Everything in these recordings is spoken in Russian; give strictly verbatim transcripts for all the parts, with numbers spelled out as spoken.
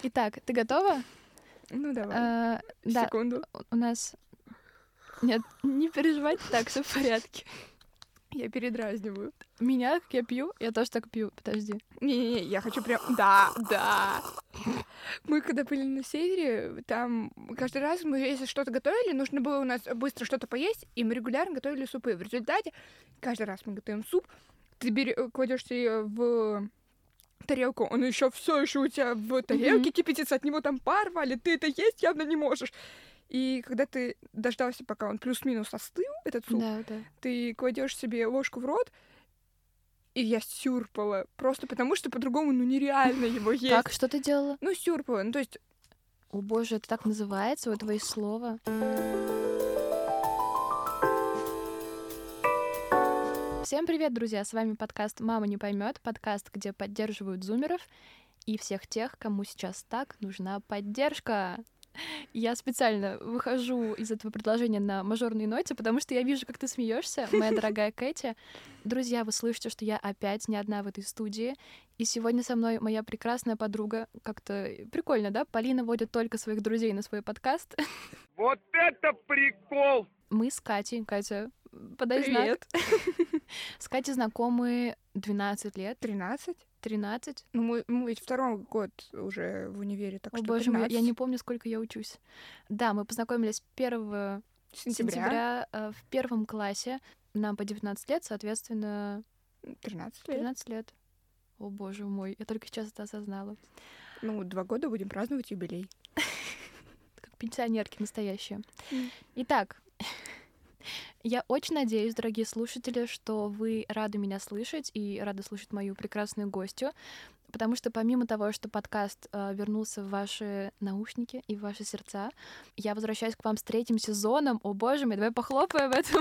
Итак, ты готова? Ну, давай. А, да, Секунду. у нас... Нет, не переживайте, так, все в порядке. Я передразниваю. Меня, как я пью, я тоже так пью. Подожди. Не-не-не, я хочу прям... Да, да. Мы когда были на севере, там каждый раз мы, если что-то готовили, нужно было у нас быстро что-то поесть, и мы регулярно готовили супы. В результате каждый раз мы готовим суп, ты бери, кладешь себе в тарелку, он еще все еще у тебя в тарелке Мгм. кипятится, от него там пар валит, ты это есть явно не можешь. И когда ты дождался, пока он плюс-минус остыл, этот суп, Да, да. ты кладешь себе ложку в рот, и я сюрпала. Просто потому, что по-другому, ну, нереально его есть. Как? Что ты делала? Ну, сюрпала. Ну, то есть... О боже, это так называется? У этого есть слово. Всем привет, друзья! С вами подкаст «Мама не поймет», подкаст, где поддерживают зумеров и всех тех, кому сейчас так нужна поддержка. Я специально выхожу из этого предложения на мажорной ноте, потому что я вижу, как ты смеешься, моя дорогая Кэти. Друзья, вы слышите, что я опять не одна в этой студии, и сегодня со мной моя прекрасная подруга. Как-то прикольно, да? Полина водит только своих друзей на свой подкаст. Вот это прикол! Мы с Катей. Катя, подай Привет. знак. С Катей знакомы двенадцать лет. тринадцать? тринадцать. Ну, мы, мы ведь второй год уже в универе, так О, что боже мой, я- тринадцать. я не помню, сколько я учусь. Да, мы познакомились первого Сентября. сентября э, в первом классе. Нам по девятнадцать лет, соответственно, тринадцать лет. тринадцать лет. О, боже мой, я только сейчас это осознала. Ну, два года будем праздновать юбилей. Как пенсионерки настоящие. М. Итак, я очень надеюсь, дорогие слушатели, что вы рады меня слышать и рады слушать мою прекрасную гостью, потому что помимо того, что подкаст э, вернулся в ваши наушники и в ваши сердца, я возвращаюсь к вам с третьим сезоном. О, боже мой, давай похлопаем этому.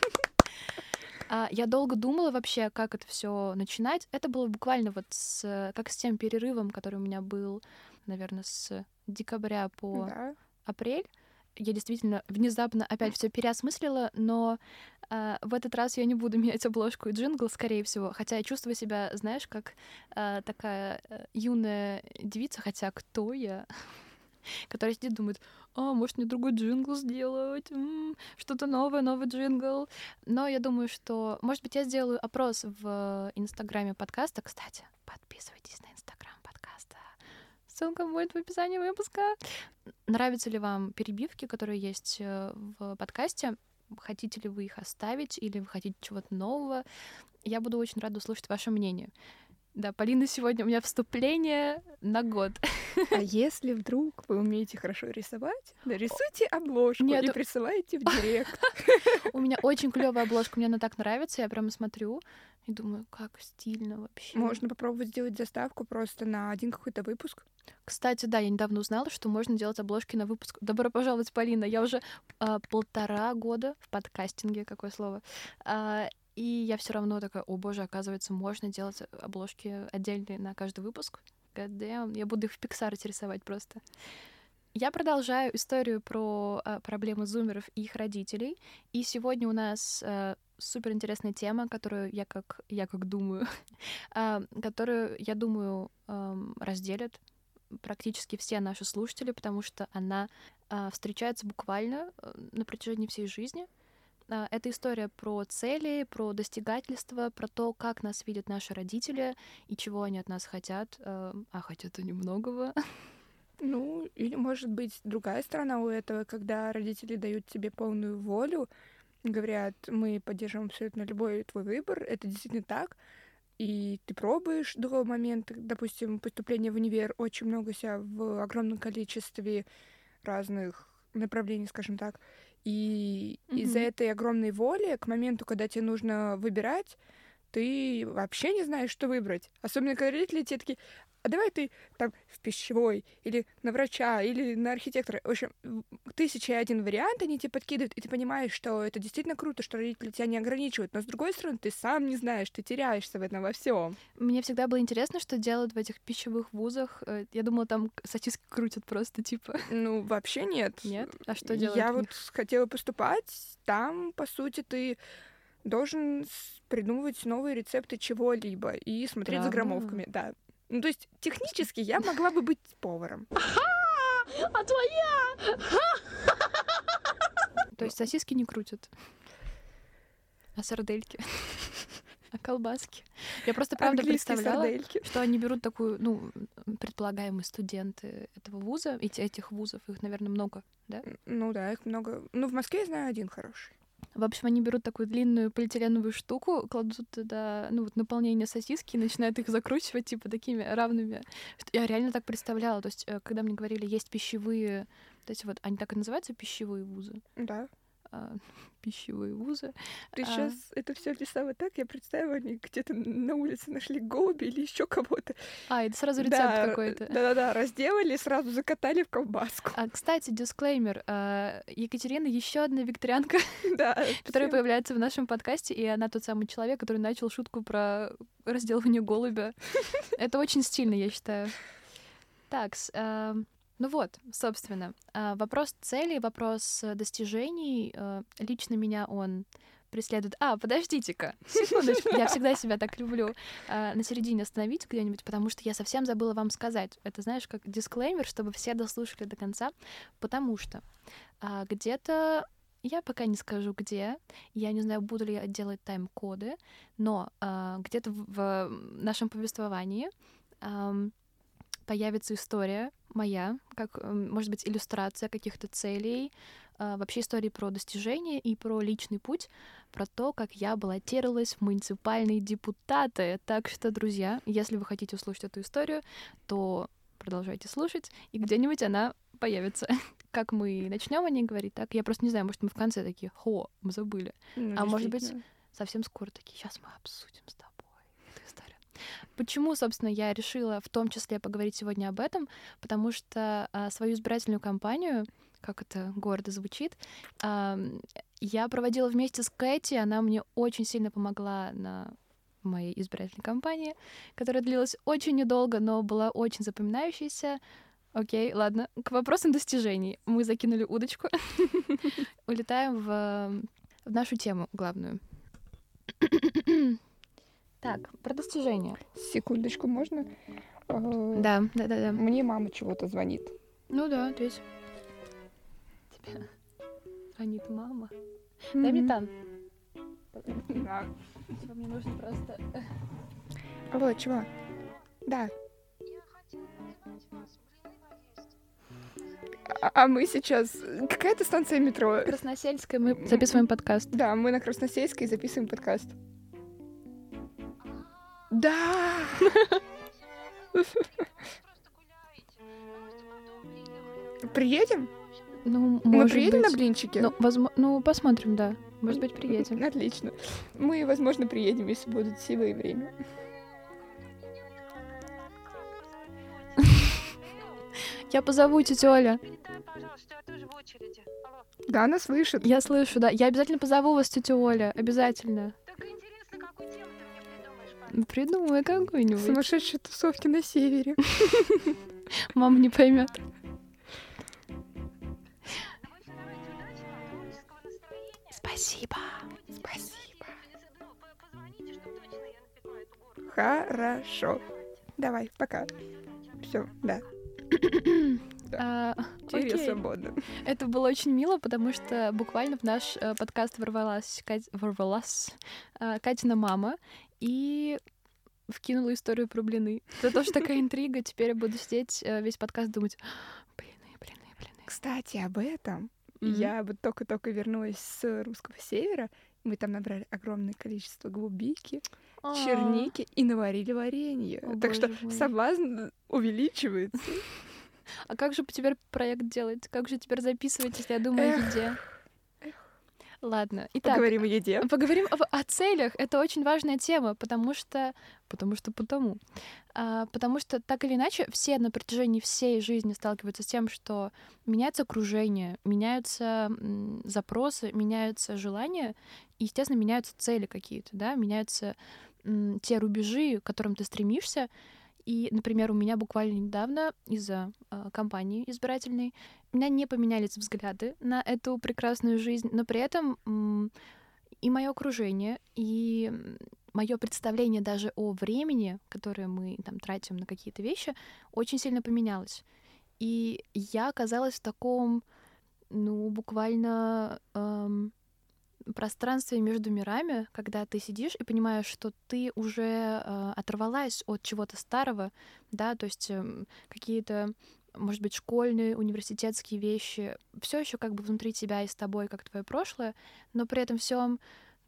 А, Я долго думала вообще, как это все начинать. Это было буквально вот с, как с тем перерывом, который у меня был, наверное, с декабря по Да. апрель. Я действительно внезапно опять все переосмыслила, но а, в этот раз я не буду менять обложку и джингл, скорее всего. Хотя я чувствую себя, знаешь, как а, такая э, юная девица, хотя кто я? Которая сидит, думает, а, может, мне другой джингл сделать, М, что-то новое, новый джингл. Но я думаю, что, может быть, я сделаю опрос в инстаграме подкаста. Кстати, подписывайтесь на инстаграм подкаста. Ссылка будет в описании выпуска. Нравятся ли вам перебивки, которые есть э, в подкасте? Хотите ли вы их оставить или вы хотите чего-то нового? Я буду очень рада услышать ваше мнение. Да, Полина, сегодня у меня вступление на год. А если вдруг вы умеете хорошо рисовать, нарисуйте обложку Нет, и у- присылайте в директ. У меня очень клевая обложка, мне она так нравится, я прямо смотрю и думаю, как стильно вообще. Можно попробовать сделать заставку просто на один какой-то выпуск. Кстати, да, я недавно узнала, что можно делать обложки на выпуск. Добро пожаловать, Полина. Я уже а, полтора года в подкастинге, какое слово. А, и я все равно такая, о боже, оказывается, можно делать обложки отдельные на каждый выпуск. God damn, я буду их в Pixar рисовать просто. Я продолжаю историю про а, проблемы зумеров и их родителей. И сегодня у нас супер интересная тема, которую я как, я как думаю, а, которую, я думаю, ам, разделят практически все наши слушатели, потому что она а, встречается буквально э, на протяжении всей жизни. А, это история про цели, про достигательство, про то, как нас видят наши родители и чего они от нас хотят. А, а хотят они многого. Ну, или, может быть, другая сторона у этого, когда родители дают тебе полную волю, говорят, мы поддерживаем абсолютно любой твой выбор, это действительно так, и ты пробуешь до момента, допустим, поступления в универ, очень много себя в огромном количестве разных направлений, скажем так, и Мгм. из-за этой огромной воли к моменту, когда тебе нужно выбирать, ты вообще не знаешь, что выбрать. Особенно, когда родители тебе такие, а давай ты там в пищевой, или на врача, или на архитектора. В общем, в- тысяча и один вариант они тебе подкидывают, и ты понимаешь, что это действительно круто, что родители тебя не ограничивают. Но, с другой стороны, ты сам не знаешь, ты теряешься в этом во всем. Мне всегда было интересно, что делают в этих пищевых вузах. Э, Я думала, там к- сосиски крутят просто, типа. Ну, вообще нет. Нет? А что Я делают в вот них? хотела поступать, там, по сути, ты должен с- придумывать новые рецепты чего-либо и смотреть за Правда? граммовками, да. Ну, то есть технически я могла бы быть поваром. А твоя! То есть сосиски не крутят, а сардельки, а колбаски. Я просто правда Английские представляла, сардельки. что они берут такую, ну, предполагаемые студенты этого вуза, эти, этих вузов, их, наверное, много, да? Ну да, их много. Ну, в Москве я знаю один хороший. В общем, они берут такую длинную полиэтиленовую штуку, кладут туда, ну, вот наполнение сосиски и начинают их закручивать, типа, такими равными. Что Я реально так представляла. То есть, э, когда мне говорили, есть пищевые, вот эти вот, они так и называются, пищевые вузы? Да. А, пищевые вузы. Ты А. сейчас это все описала так, я представила, они где-то на улице нашли голуби или еще кого-то. А, это сразу рецепт Да, какой-то. Да-да-да, разделали, сразу закатали в колбаску. А, кстати, дисклеймер. а, Екатерина еще одна викторианка, Да, которая всем- появляется в нашем подкасте, и она тот самый человек, который начал шутку про разделывание голубя. Это очень стильно, я считаю. Так, ну вот, собственно, а, вопрос целей, вопрос э, достижений, э, лично меня он преследует. А, подождите-ка, секундочку, я всегда себя так люблю а, на середине остановить где-нибудь, потому что я совсем забыла вам сказать. Это, знаешь, как дисклеймер, чтобы все дослушали до конца, потому что а, где-то я пока не скажу где, я не знаю, буду ли я делать тайм-коды, но а, где-то в, в нашем повествовании ам, появится история моя, как, м, может быть, иллюстрация каких-то целей, а, вообще истории про достижения и про личный путь, про то, как я баллотировалась в муниципальные депутаты. Так что, друзья, если вы хотите услышать эту историю, то продолжайте слушать, и где-нибудь она появится. Как мы начнем о ней говорить, так? Я просто не знаю, может, мы в конце такие, хо, мы забыли. Ну, А может быть, действительно. совсем скоро такие, сейчас мы обсудим с тобой эту историю. Почему, собственно, я решила в том числе поговорить сегодня об этом? Потому что а, свою избирательную кампанию, как это гордо звучит, а, я проводила вместе с Кэти, она мне очень сильно помогла на моей избирательной кампании, которая длилась очень недолго, но была очень запоминающейся. Окей, ладно. К вопросам достижений. Мы закинули удочку. Улетаем в, в нашу тему главную. Так, про достижения. Секундочку, можно? Э, Да, да, да, да. Мне мама чего-то звонит. Ну да, ответь. Тебе звонит мама. Дай мне Мгм. там. Да. Всё, мне нужно просто... Алло, чего? Да. А, а мы сейчас... Какая-то станция метро? Красносельская, мы записываем подкаст. Да, мы на Красносельской записываем подкаст. Да! Приедем? Ну, Мы может приедем быть... на блинчики? Ну, возможно... ну, посмотрим, да. Может быть, приедем. Отлично. Мы, возможно, приедем, если будут силы и время. Я позову тетю Оля. Да, она слышит. Я слышу, да. Я обязательно позову вас, тетя Оля. Обязательно. Так интересно, какую тему ты мне придумаешь, Ну, Придумай какую-нибудь. Сумасшедшие тусовки на севере. Мама не поймет. Спасибо. Спасибо. Хорошо. Давай, пока. Все, да. А, Теперь я окей. свободна. Это было очень мило, потому что буквально в наш э, подкаст ворвалась, Кать- ворвалась э, Катина мама и вкинула историю про блины. Это тоже такая интрига. Теперь я буду сидеть э, весь подкаст думать, блины, блины, блины. Кстати, об этом. Мгм. Я вот только-только вернулась с русского севера. Мы там набрали огромное количество голубики, А, черники и наварили варенье. О, Так что боже мой. соблазн увеличивается. А как же теперь проект делать? Как же теперь записывать, если я думаю о Эх, еде? Ладно. Итак, Поговорим о еде. поговорим об- о целях. Это очень важная тема, потому что... Потому что потому. А, потому что, так или иначе, все на протяжении всей жизни сталкиваются с тем, что меняется окружение, меняются м, запросы, меняются желания, и, естественно, меняются цели какие-то, да, меняются м, те рубежи, к которым ты стремишься. И, например, у меня буквально недавно из-за э, кампании избирательной у меня не поменялись взгляды на эту прекрасную жизнь, но при этом м, и мое окружение, и м, мое представление даже о времени, которое мы там тратим на какие-то вещи, очень сильно поменялось. И я оказалась в таком, ну, буквально эм, пространстве между мирами, когда ты сидишь и понимаешь, что ты уже э, оторвалась от чего-то старого, да, то есть э, какие-то, может быть, школьные, университетские вещи все еще как бы внутри тебя и с тобой, как твое прошлое, но при этом всем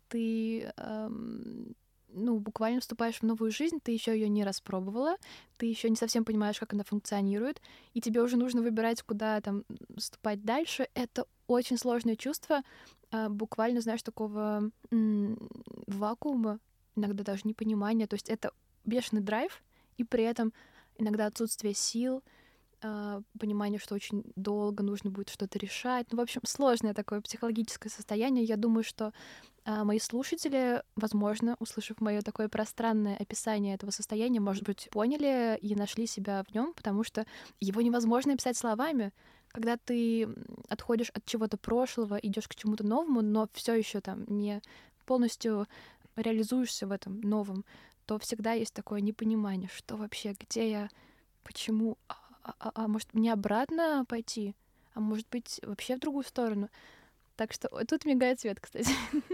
ты эм, ну, буквально вступаешь в новую жизнь, ты еще ее не распробовала, ты еще не совсем понимаешь, как она функционирует, и тебе уже нужно выбирать, куда там ступать дальше. Это очень сложное чувство, а, буквально, знаешь, такого м, вакуума, иногда даже непонимания. То есть это бешеный драйв, и при этом иногда отсутствие сил, а, понимание, что очень долго нужно будет что-то решать. Ну, в общем, сложное такое психологическое состояние. Я думаю, что а, мои слушатели, возможно, услышав мое такое пространное описание этого состояния, может быть, поняли и нашли себя в нем, потому что его невозможно описать словами. Когда ты м, отходишь от чего-то прошлого, идешь к чему-то новому, но все еще там не полностью реализуешься в этом новом, то всегда есть такое непонимание, что вообще, где я, почему, а, а- а- а может мне обратно пойти, а может быть вообще в другую сторону. Так что ой, тут мигает свет, кстати.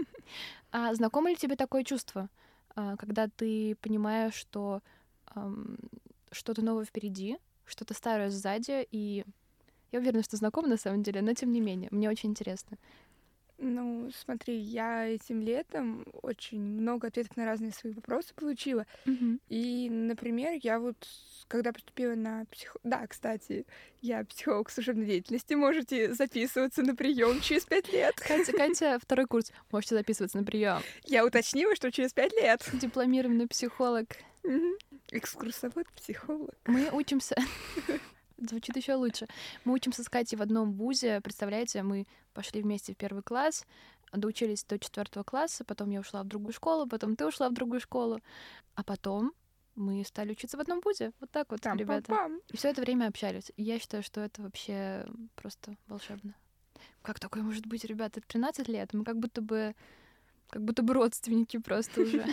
А знакомо ли тебе такое чувство, а, когда ты понимаешь, что ам, что-то новое впереди, что-то старое сзади, и я уверена, что знакомо на самом деле, но тем не менее, мне очень интересно. Ну, смотри, я этим летом очень много ответов на разные свои вопросы получила. Мгм. И, например, я вот, когда поступила на психо... Да, кстати, я психолог служебной деятельности. Можете записываться на прием через пять лет. Катя, Катя, второй курс. Можете записываться на прием. Я уточнила, что через пять лет. Дипломированный психолог. Мгм. Экскурсовод, психолог. Мы учимся... Звучит еще лучше. Мы учимся с Катей в одном вузе. Представляете, мы пошли вместе в первый класс, доучились до четвертого класса, потом я ушла в другую школу, потом ты ушла в другую школу, а потом мы стали учиться в одном вузе. Вот так вот, Там ребята. пам И все это время общались. И я считаю, что это вообще просто волшебно. Как такое может быть, ребята? Это тринадцать лет. Мы как будто бы как будто бы родственники просто уже.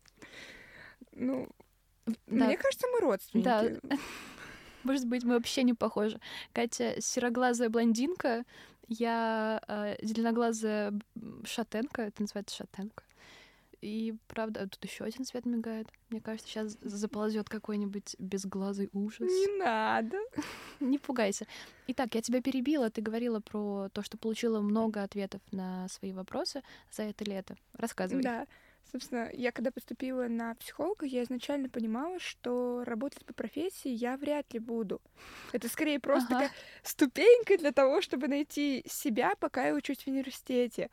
Ну, Да. мне кажется, мы родственники. Да. Может быть, мы вообще не похожи. Катя сероглазая блондинка, я э, зеленоглазая м, шатенка, это называется шатенка. И правда, тут еще один свет мигает. Мне кажется, сейчас заползет какой-нибудь безглазый ужас. Не надо. Не пугайся. Итак, я тебя перебила. Ты говорила про то, что получила много ответов на свои вопросы за это лето. Рассказывай. Да. Собственно, я когда поступила на психолога, я изначально понимала, что работать по профессии я вряд ли буду. Это скорее просто Ага. такая ступенька для того, чтобы найти себя, пока я учусь в университете.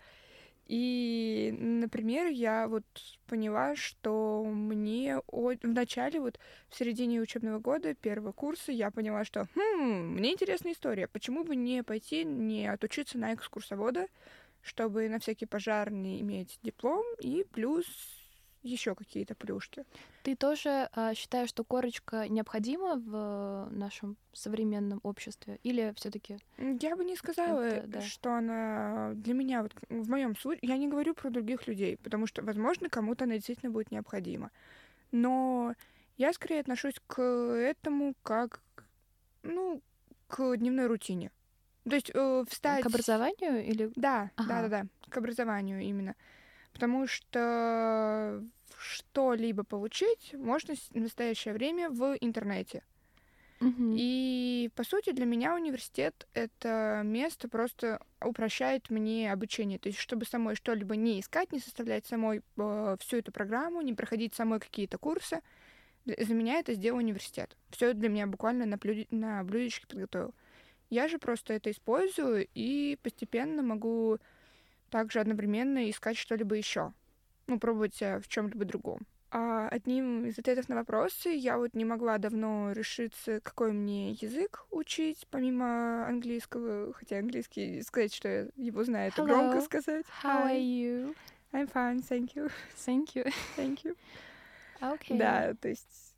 И, например, я вот поняла, что мне о- в начале, вот в середине учебного года, первого курса, я поняла, что хм, мне интересна история. Почему бы не пойти, не отучиться на экскурсовода, чтобы на всякий пожарный иметь диплом и плюс еще какие-то плюшки. Ты тоже а, считаешь, что корочка необходима в нашем современном обществе? Или все-таки Я бы не сказала, Это, да. что она для меня, вот в моем случае, я не говорю про других людей, потому что, возможно, кому-то она действительно будет необходима. Но я скорее отношусь к этому как, ну, к дневной рутине. То есть э, встать... к образованию? Или... Да, Ага. да, да, да, к образованию именно. Потому что что-либо получить можно с- в настоящее время в интернете. Мгм. И, по сути, для меня университет — это место просто упрощает мне обучение. То есть, чтобы самой что-либо не искать, не составлять самой э, всю эту программу, не проходить самой какие-то курсы, д- за меня это сделал университет. Все для меня буквально на, блюде- на блюдечке подготовил. Я же просто это использую и постепенно могу также одновременно искать что-либо еще. Ну, пробовать себя в чем-либо другом. А одним из ответов на вопросы я вот не могла давно решиться, какой мне язык учить, помимо английского. Хотя английский, сказать, что я его знаю, это громко Hello. сказать. How are Hi, you? I'm fine, thank you, Thank you. thank you. Okay. Да, то есть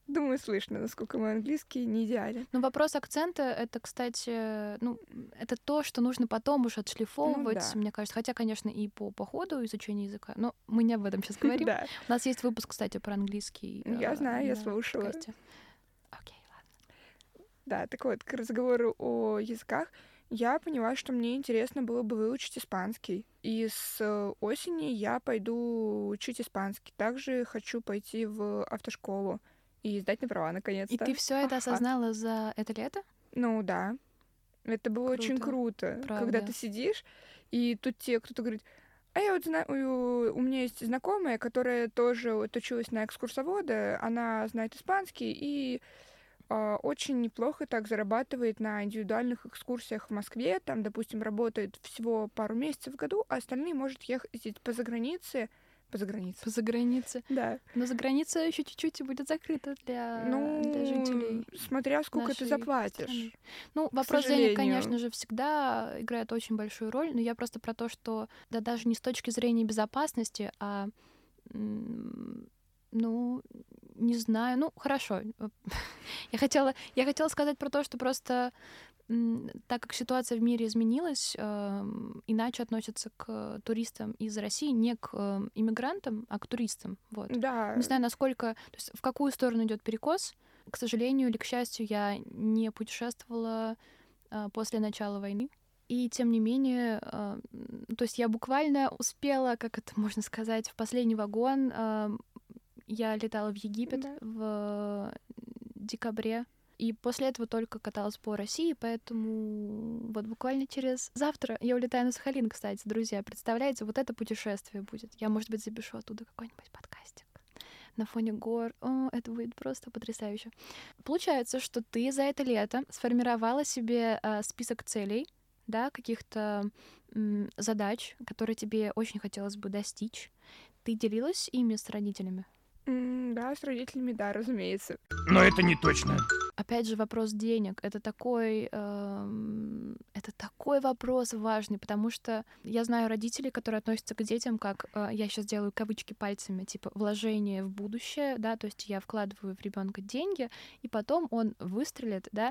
Думаю, слышно, насколько мой английский не идеален. Ну, вопрос акцента — это, кстати, ну, это то, что нужно потом уж отшлифовывать, Ну да. мне кажется. Хотя, конечно, и по, по ходу изучения языка, но мы не об этом сейчас говорим. Да. У нас есть выпуск, кстати, про английский. Я э, знаю, я на слушала. подкасте. Окей, ладно. Да, так вот, к разговору о языках, я поняла, что мне интересно было бы выучить испанский. И с э, осени я пойду учить испанский. Также хочу пойти в автошколу и сдать на права, наконец-то. И ты все это Ха-ха. осознала за это лето? Ну да. Это было очень Круто, круто, правда. когда ты сидишь, и тут тебе кто-то говорит: а я вот знаю, у у меня есть знакомая, которая тоже вот училась на экскурсовода, она знает испанский и а, очень неплохо так зарабатывает на индивидуальных экскурсиях в Москве. Там, допустим, работает всего пару месяцев в году, а остальные может ехать по загранице. По загранице. По загранице. Да. Но за граница еще чуть-чуть и будет закрыта для, Ну, для жителей. смотря сколько ты нашей заплатишь. страны. Ну, вопрос денег, сожалению. конечно же, всегда играет очень большую роль, но я просто про то, что да даже не с точки зрения безопасности, а м, ну, не знаю, ну, хорошо. Я хотела, я хотела сказать про то, что просто м, так как ситуация в мире изменилась, эм, иначе относятся к туристам из России не к эм, иммигрантам, а к туристам. Вот. Да. Не знаю, насколько, то есть в какую сторону идет перекос. К сожалению или к счастью, я не путешествовала а, после начала войны. И тем не менее, а, м, то есть я буквально успела, как это можно сказать, в последний вагон. а, Я летала в Египет Да. в декабре. И после этого только каталась по России, поэтому вот буквально через завтра я улетаю на Сахалин, кстати, друзья. Представляете, вот это путешествие будет. Я, может быть, запишу оттуда какой-нибудь подкастик на фоне гор. О, это будет просто потрясающе. Получается, что ты за это лето сформировала себе э, список целей, да, каких-то м, задач, которые тебе очень хотелось бы достичь. Ты делилась ими с родителями? М, Да, с родителями, да, разумеется. Но это не точно. Опять же, вопрос денег. Это такой, эм, это такой вопрос важный, потому что я знаю родителей, которые относятся к детям как, э, я сейчас делаю кавычки пальцами, типа вложение в будущее, да, то есть я вкладываю в ребенка деньги, и потом он выстрелит, да,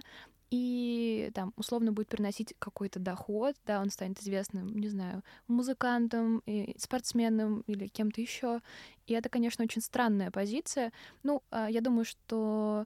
и там условно будет приносить какой-то доход, да, он станет известным, не знаю, музыкантом, и спортсменом или кем-то еще. И это, конечно, очень странная позиция. Ну, а, я думаю, что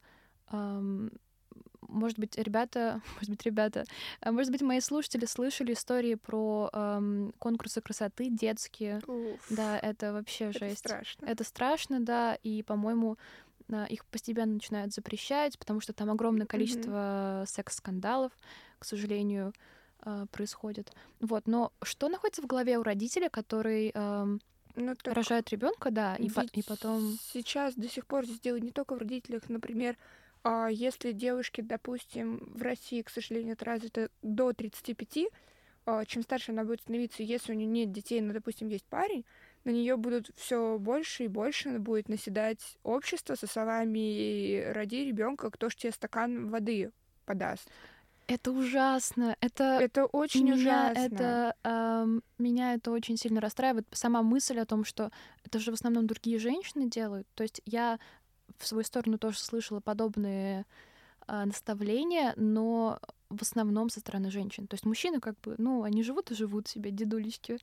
ам, может быть, ребята, может быть, ребята, а, может быть, мои слушатели слышали истории про ам, конкурсы красоты детские. Уф, Да, это вообще это жесть. страшно. Это страшно, да, и, по-моему, а, их постепенно начинают запрещать, потому что там огромное количество секс-скандалов, к сожалению, а, происходит. Вот, но что находится в голове у родителя, который ам, Ну, так рожает ребенка, да, и, по- ведь и потом... сейчас до сих пор здесь дело не только в родителях. Например, а, если девушке, допустим, в России, к сожалению, это развито до тридцати пяти, а, чем старше она будет становиться, если у нее нет детей, но, допустим, есть парень, на нее будут все больше и больше будет наседать общество со словами «роди ребенка, кто ж тебе стакан воды подаст». Это ужасно. Это Это очень меня ужасно. это ам, меня это очень сильно расстраивает. Сама мысль о том, что это же в основном другие женщины делают. То есть я в свою сторону тоже слышала подобные а, наставления, но в основном со стороны женщин. То есть мужчины как бы, ну, они живут и живут себе, дедулечки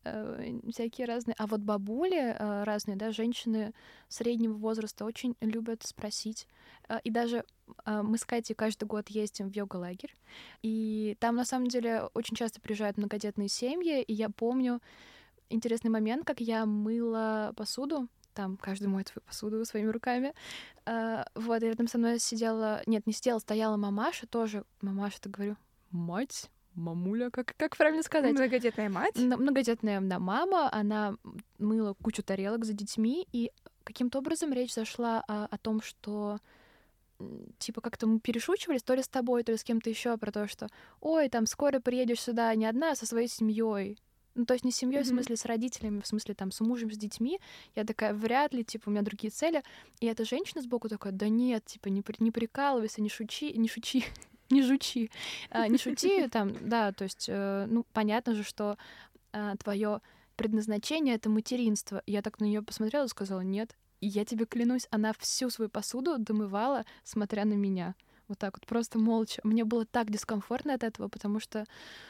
э, всякие разные. А вот бабули э, разные, да, женщины среднего возраста очень любят спросить. Э, и даже э, мы с Катей каждый год ездим в йога-лагерь. И там, на самом деле, очень часто приезжают многодетные семьи. И я помню интересный момент, как я мыла посуду. Там каждый моет свою посуду своими руками. А, вот, и рядом со мной сидела... Нет, не сидела, стояла мамаша тоже. Мамаша-то говорю, мать, мамуля, как, как правильно сказать? Многодетная мать? М- Многодетная да, мама, она мыла кучу тарелок за детьми, и каким-то образом речь зашла о, о том, что м, типа как-то мы перешучивались то ли с тобой, то ли с кем-то еще про то, что ой, там скоро приедешь сюда не одна, а со своей семьей. Ну, то есть не с семьей, в Мгм. смысле с родителями, в смысле там с мужем, с детьми. Я такая, вряд ли, типа, у меня другие цели. И эта женщина сбоку такая, да нет, типа, не, при- не прикалывайся, не шучи, не шучи, не жучи, а, не шути, там, да, то есть, э, ну, понятно же, что твое предназначение — это материнство. Я так на нее посмотрела и сказала, нет, И я тебе клянусь, она всю свою посуду домывала, смотря на меня. Вот так вот, просто молча. Мне было так дискомфортно от этого, потому что,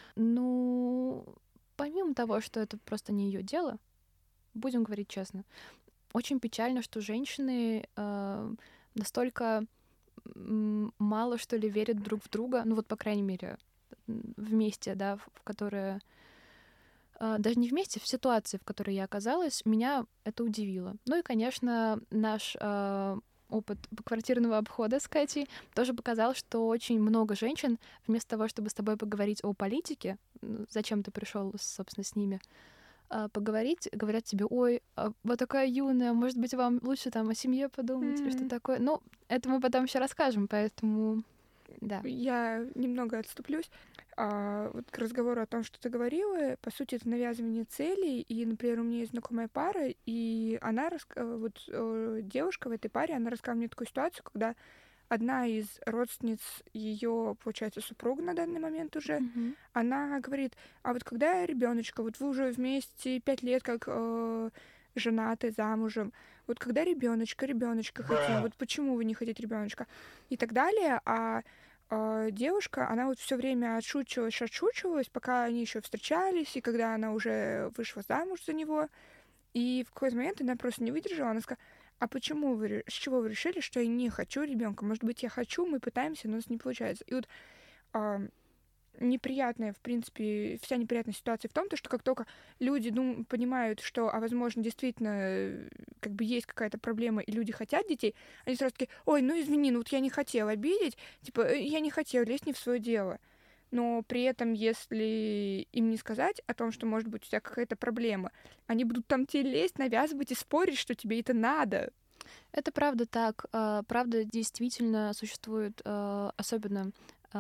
ну, помимо того, что это просто не ее дело, будем говорить честно, очень печально, что женщины э, настолько м, мало, что ли, верят друг в друга, ну вот, по крайней мере, вместе, да, в, в которое... Э, даже не вместе, в ситуации, в которой я оказалась, меня это удивило. Ну и, конечно, наш... Э, опыт квартирного обхода с Катей тоже показал, что очень много женщин, вместо того, чтобы с тобой поговорить о политике, зачем ты пришел, собственно, с ними, поговорить, говорят тебе: ой, вот такая юная, может быть, вам лучше там о семье подумать, mm-hmm. или что такое. Ну, это мы потом еще расскажем, поэтому да. Я немного отступлюсь. А, вот к разговору о том, что ты говорила, по сути, это навязывание целей. И, например, у меня есть знакомая пара, и она, вот девушка в этой паре, она рассказала мне такую ситуацию, когда одна из родственниц ее, получается, супруга на данный момент уже, mm-hmm. она говорит: а вот когда ребеночка, вот вы уже вместе пять лет как э, женаты, замужем, вот когда ребеночка, ребеночка хотим, вот почему вы не хотите ребеночка и так далее, а э, девушка, она вот все время отшучивалась, отшучивалась, пока они еще встречались, и когда она уже вышла замуж за него, и в какой-то момент она просто не выдержала, она сказала: а почему вы, с чего вы решили, что я не хочу ребенка? Может быть, я хочу, мы пытаемся, но у нас не получается. И вот а, неприятная, в принципе, вся неприятная ситуация в том, что как только люди дум- понимают, что, а возможно, действительно, как бы есть какая-то проблема, и люди хотят детей, они сразу такие: ой, ну извини, ну вот я не хотела обидеть, типа, я не хотела, лезть не в свое дело. Но при этом, если им не сказать о том, что, может быть, у тебя какая-то проблема, они будут там тебе лезть, навязывать и спорить, что тебе это надо. Это правда так. Правда, действительно существует, особенно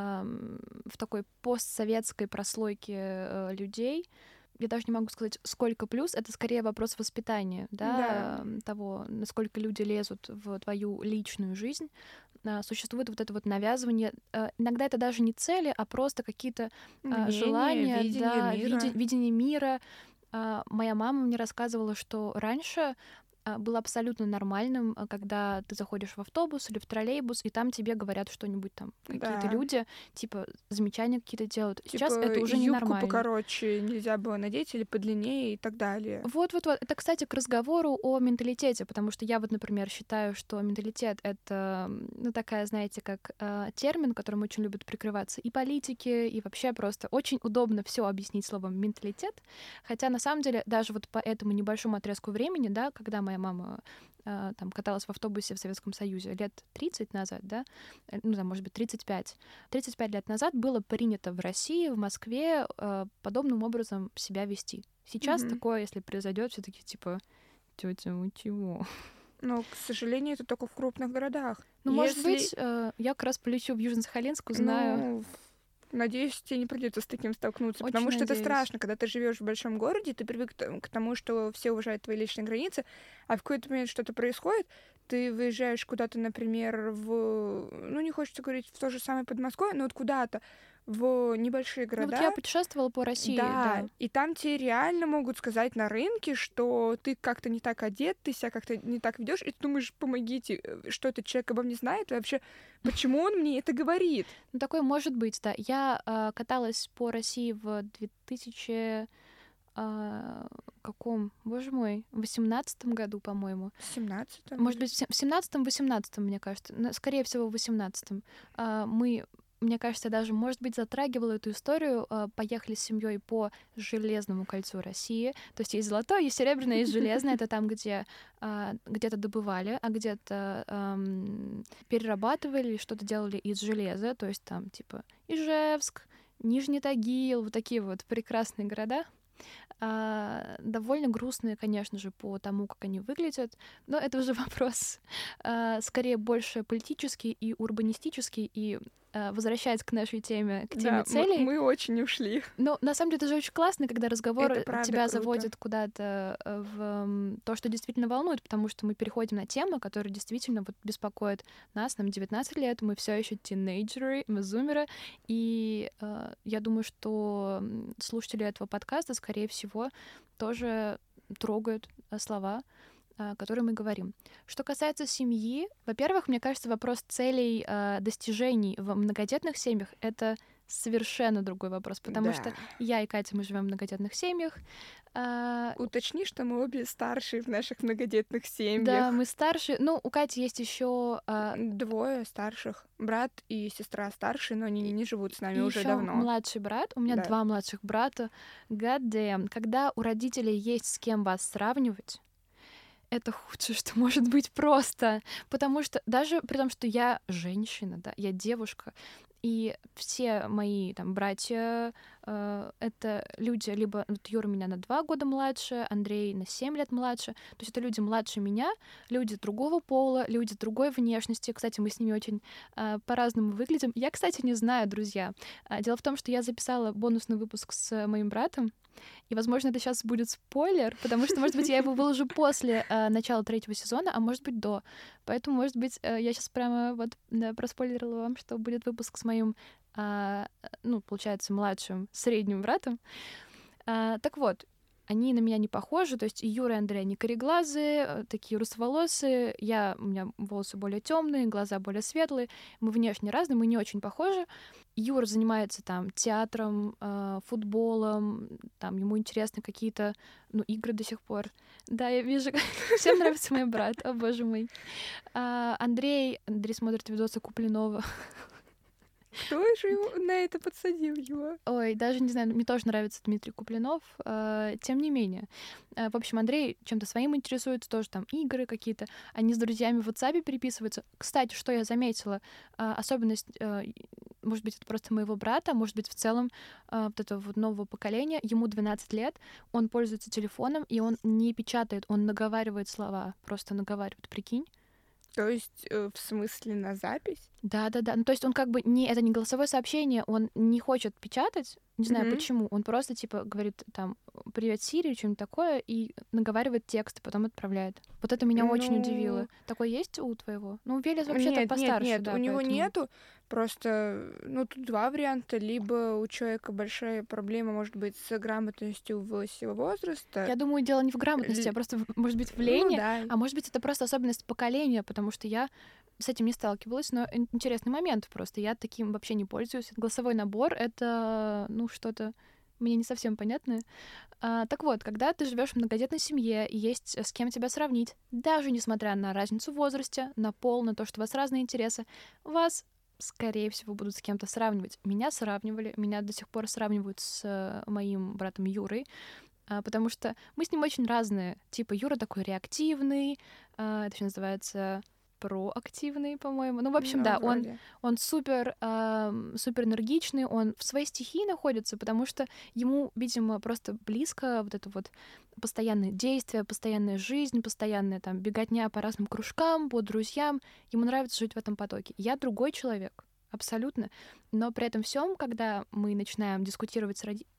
в такой постсоветской прослойке людей. Я даже не могу сказать, сколько плюс. Это скорее вопрос воспитания, да, да. того, насколько люди лезут в твою личную жизнь. Существует вот это вот навязывание. Иногда это даже не цели, а просто какие-то Мнение, желания, видение да, мира. Види- видение мира. Моя мама мне рассказывала, что раньше было абсолютно нормальным, когда ты заходишь в автобус или в троллейбус, и там тебе говорят что-нибудь там, какие-то да. люди, типа, замечания какие-то делают. Типа, сейчас это уже юбку ненормально. покороче нельзя было надеть или подлиннее и так далее. Вот-вот-вот. Это, кстати, к разговору о менталитете, потому что я вот, например, считаю, что менталитет — это, ну, такая, знаете, как э, термин, которым очень любят прикрываться и политики, и вообще просто очень удобно все объяснить словом менталитет, хотя на самом деле даже вот по этому небольшому отрезку времени, да, когда моя мама э, там каталась в автобусе в Советском Союзе лет тридцать назад, да, ну, там, может быть, тридцать пять. тридцать пять лет назад было принято в России, в Москве э, подобным образом себя вести. Сейчас mm-hmm. такое, если произойдет, все таки типа: тетя, вы чего? Но, к сожалению, это только в крупных городах. Ну, если... может быть, э, я как раз полечу в Южно-Сахалинск, узнаю... Ну... Надеюсь, тебе не придется с таким столкнуться, Очень потому что надеюсь. Это страшно, когда ты живешь в большом городе, ты привык к тому, что все уважают твои личные границы, а в какой-то момент что-то происходит, ты выезжаешь куда-то, например, в, ну, не хочется говорить в то же самое Подмосковье, но вот куда-то в небольшие города. Ну, вот я путешествовала по России, да, да. И там тебе реально могут сказать на рынке, что ты как-то не так одет, ты себя как-то не так ведешь, и ты думаешь: помогите, что этот человек обо мне знает, и вообще, почему он мне это говорит? Ну, такое может быть, да. Я э, каталась по России в две тысячи... Э, каком? Боже мой, в восемнадцатом году, по-моему. В семнадцатом? Может быть, в семнадцатом-восемнадцатом, мне кажется. Скорее всего, в восемнадцатом. Э, мы... Мне кажется, даже, может быть, затрагивала эту историю. Поехали с семьей по Железному кольцу России. То есть есть золотое, есть серебряное, есть железное. Это там, где где-то добывали, а где-то эм, перерабатывали, что-то делали из железа. То есть там типа Ижевск, Нижний Тагил, вот такие вот прекрасные города. А, довольно грустные, конечно же, по тому, как они выглядят, но это уже вопрос а, скорее больше политический и урбанистический, и а, возвращаясь к нашей теме, к теме да, целей. Мы, мы очень ушли. Но на самом деле это же очень классно, когда разговор правда тебя круто. заводит куда-то в то, что действительно волнует, потому что мы переходим на темы, которые действительно вот беспокоят нас. Нам девятнадцать лет, мы все еще тинейджеры, мы зумеры, и э, я думаю, что слушатели этого подкаста, скорее всего, тоже трогают слова о которой мы говорим. Что касается семьи, во-первых, мне кажется, вопрос целей, э, достижений в многодетных семьях — это совершенно другой вопрос, потому Да. что я и Катя, мы живем в многодетных семьях. А, Уточни, что мы обе старшие в наших многодетных семьях. Да, мы старше. Ну, у Кати есть еще Двое старших. Брат и сестра старшие, но они не живут с нами уже еще давно. младший брат. У меня Да. два младших брата. God damn. Когда у родителей есть с кем вас сравнивать, это худшее, что может быть просто. Потому что даже при том, что я женщина, да, я девушка, и все мои там братья э, это люди, либо вот Юра меня на два года младше, Андрей на семь лет младше. То есть это люди младше меня, люди другого пола, люди другой внешности. Кстати, мы с ними очень э, по-разному выглядим. Я, кстати, не знаю, друзья. А, Дело в том, что я записала бонусный выпуск с моим братом, и, возможно, это сейчас будет спойлер, потому что, может быть, я его выложу после э, начала третьего сезона, а может быть, до. Поэтому, может быть, э, я сейчас прямо вот да, проспойлерила вам, что будет выпуск с моим, э, ну, получается, младшим, средним братом. Э, так вот, они на меня не похожи, то есть и Юра, и Андрей, они кореглазые, такие русоволосые, я, у меня волосы более темные, глаза более светлые, мы внешне разные, мы не очень похожи. Юра занимается там театром, э, футболом, там ему интересны какие-то, ну, игры до сих пор. Да, я вижу, всем нравится мой брат, о боже мой. А, Андрей, Андрей смотрит видосы Куплинова. Кто же его на это подсадил его? Ой, даже не знаю, мне тоже нравится Дмитрий Куплинов, э, тем не менее. Э, в общем, Андрей чем-то своим интересуется, тоже там игры какие-то. Они с друзьями в WhatsApp переписываются. Кстати, что я заметила, э, особенность, э, может быть, это просто моего брата, может быть, в целом э, вот этого вот нового поколения, ему двенадцать лет, он пользуется телефоном, и он не печатает, он наговаривает слова, просто наговаривает, прикинь. То есть, э, в смысле, на запись? Да-да-да. Ну, то есть он как бы не... Это не голосовое сообщение, он не хочет печатать, не знаю Мгм. почему. Он просто, типа, говорит там «Привет, Сири», что-нибудь такое, и наговаривает текст, и потом отправляет. Вот это меня очень Ну, удивило. Такое есть у твоего? Ну, Велес вообще-то Нет, нет, постарше, нет, да, у него поэтому- нету. Просто, ну, тут два варианта. Либо у человека большая проблема, может быть, с грамотностью в силу возраста. Я думаю, дело не в грамотности, Л- а просто, в- может быть, в Ну лени. да. А может быть, это просто особенность поколения, потому что я с этим не сталкивалась, но ин- интересный момент просто. Я таким вообще не пользуюсь. Голосовой набор — это, ну, что-то мне не совсем понятное. А, так вот, когда ты живешь в многодетной семье и есть с кем тебя сравнить, даже несмотря на разницу в возрасте, на пол, на то, что у вас разные интересы, вас, скорее всего, будут с кем-то сравнивать. Меня сравнивали, меня до сих пор сравнивают с э, моим братом Юрой, а, потому что мы с ним очень разные. Типа Юра такой реактивный, а, это еще называется проактивный, по-моему. Ну, в общем, Ну, да, он, вроде. он супер, ам, супер энергичный, он в своей стихии находится, потому что ему, видимо, просто близко вот это вот постоянное действие, постоянная жизнь, постоянная там беготня по разным кружкам, по друзьям. Ему нравится жить в этом потоке. Я другой человек, абсолютно. Но при этом всем, когда мы начинаем дискутировать с родителями,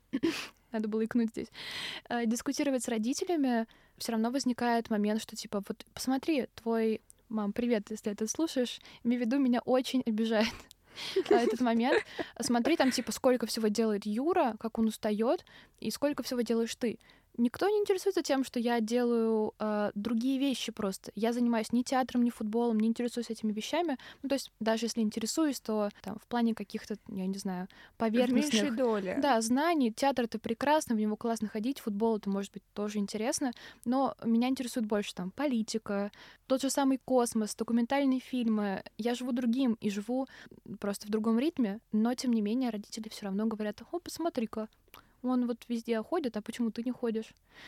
надо было икнуть здесь, э, дискутировать с родителями, все равно возникает момент, что типа вот посмотри, твой мам, привет, если ты слушаешь, имею в виду, меня очень обижает а, этот момент. Смотри, там типа сколько всего делает Юра, как он устает, и сколько всего делаешь ты. Никто не интересуется тем, что я делаю э, другие вещи просто. Я занимаюсь ни театром, ни футболом, не интересуюсь этими вещами. Ну, то есть даже если интересуюсь, то там в плане каких-то, я не знаю, В поверхностных... меньшей доле. Да, знаний. Театр — это прекрасно, в него классно ходить, футбол — это, может быть, тоже интересно, но меня интересует больше там политика, тот же самый космос, документальные фильмы. Я живу другим и живу просто в другом ритме, но, тем не менее, родители все равно говорят: «О, посмотри-ка, он вот везде ходит, а почему ты не ходишь?»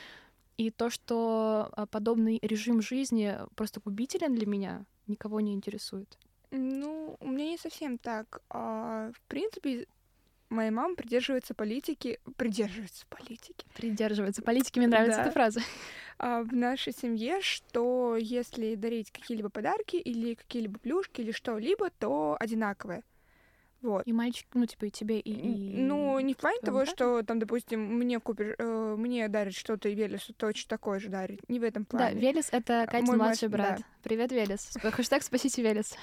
И то, что а, подобный режим жизни просто губителен для меня, никого не интересует. Ну, у меня не совсем так. А, в принципе, моя мама придерживается политики. Придерживается политики. Придерживается политики, мне нравится Да. эта фраза. А, в нашей семье, что если дарить какие-либо подарки или какие-либо плюшки или что-либо, то одинаковое. Вот. И мальчик, ну, типа, и тебе, и... и... Ну, не в плане твоему того, брату? что там, допустим, мне купишь, э, мне дарит что-то, и Велесу точно такое же дарит. Не в этом Да, плане. Велес — это А, Катин мой младший младший, брат. да. Привет, Велес. Сп- Хэштег «Спасите Велес».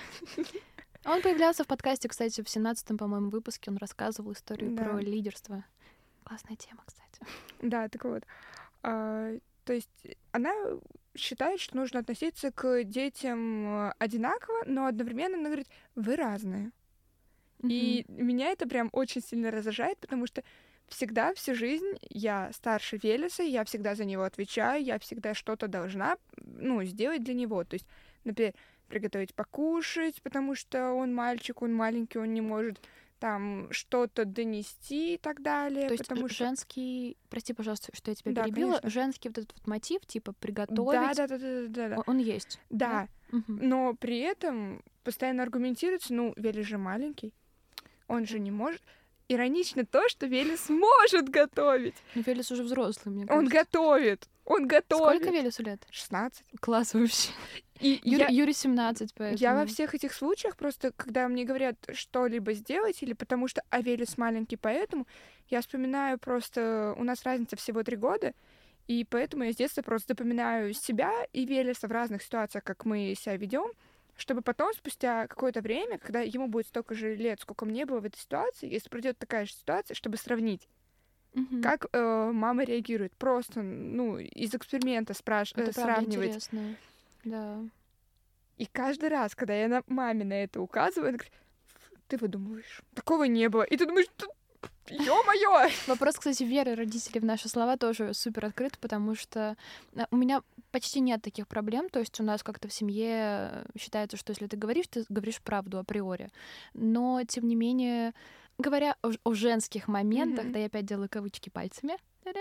Он появлялся в подкасте, кстати, в семнадцатом, по-моему, выпуске. Он рассказывал историю Да. про лидерство. Классная тема, кстати. Да, так вот. А, то есть она считает, что нужно относиться к детям одинаково, но одновременно она говорит, вы разные. И меня это прям очень сильно раздражает, потому что всегда, всю жизнь я старше Велеса, я всегда за него отвечаю, я всегда что-то должна, ну, сделать для него. То есть, например, приготовить покушать, потому что он мальчик, он маленький, он не может там что-то донести и так далее. То есть потому что... женский, прости, пожалуйста, что я тебя да, перебила, конечно. Женский вот этот вот мотив, типа приготовить, да, да, да, да, да, да. Он, он есть. Да, да? Угу. Но при этом постоянно аргументируется, ну, Велес же маленький, он же не может. Иронично то, что Велес может готовить. Ну, Велес уже взрослый, мне кажется. Он готовит. Он готовит. Сколько Велесу лет? шестнадцать. Класс вообще. И Юре, я, Юре семнадцать, поэтому... Я во всех этих случаях просто, когда мне говорят что-либо сделать, или потому что а Велес маленький, поэтому, я вспоминаю просто... У нас разница всего три года, и поэтому я с детства просто запоминаю себя и Велеса в разных ситуациях, как мы себя ведем, чтобы потом, спустя какое-то время, когда ему будет столько же лет, сколько мне было в этой ситуации, если пройдет такая же ситуация, чтобы сравнить, угу. как э, мама реагирует. Просто, ну, из эксперимента спраш... это сравнивать. Интересно. Да. И каждый раз, когда я на маме на это указываю, она говорит, ты выдумываешь, такого не было. И ты думаешь, ё-моё! Вопрос, кстати, веры родителей в наши слова тоже супер открыт, потому что у меня почти нет таких проблем, то есть у нас как-то в семье считается, что если ты говоришь, ты говоришь правду априори. Но, тем не менее, говоря о, о женских моментах, mm-hmm. да, я опять делаю кавычки пальцами,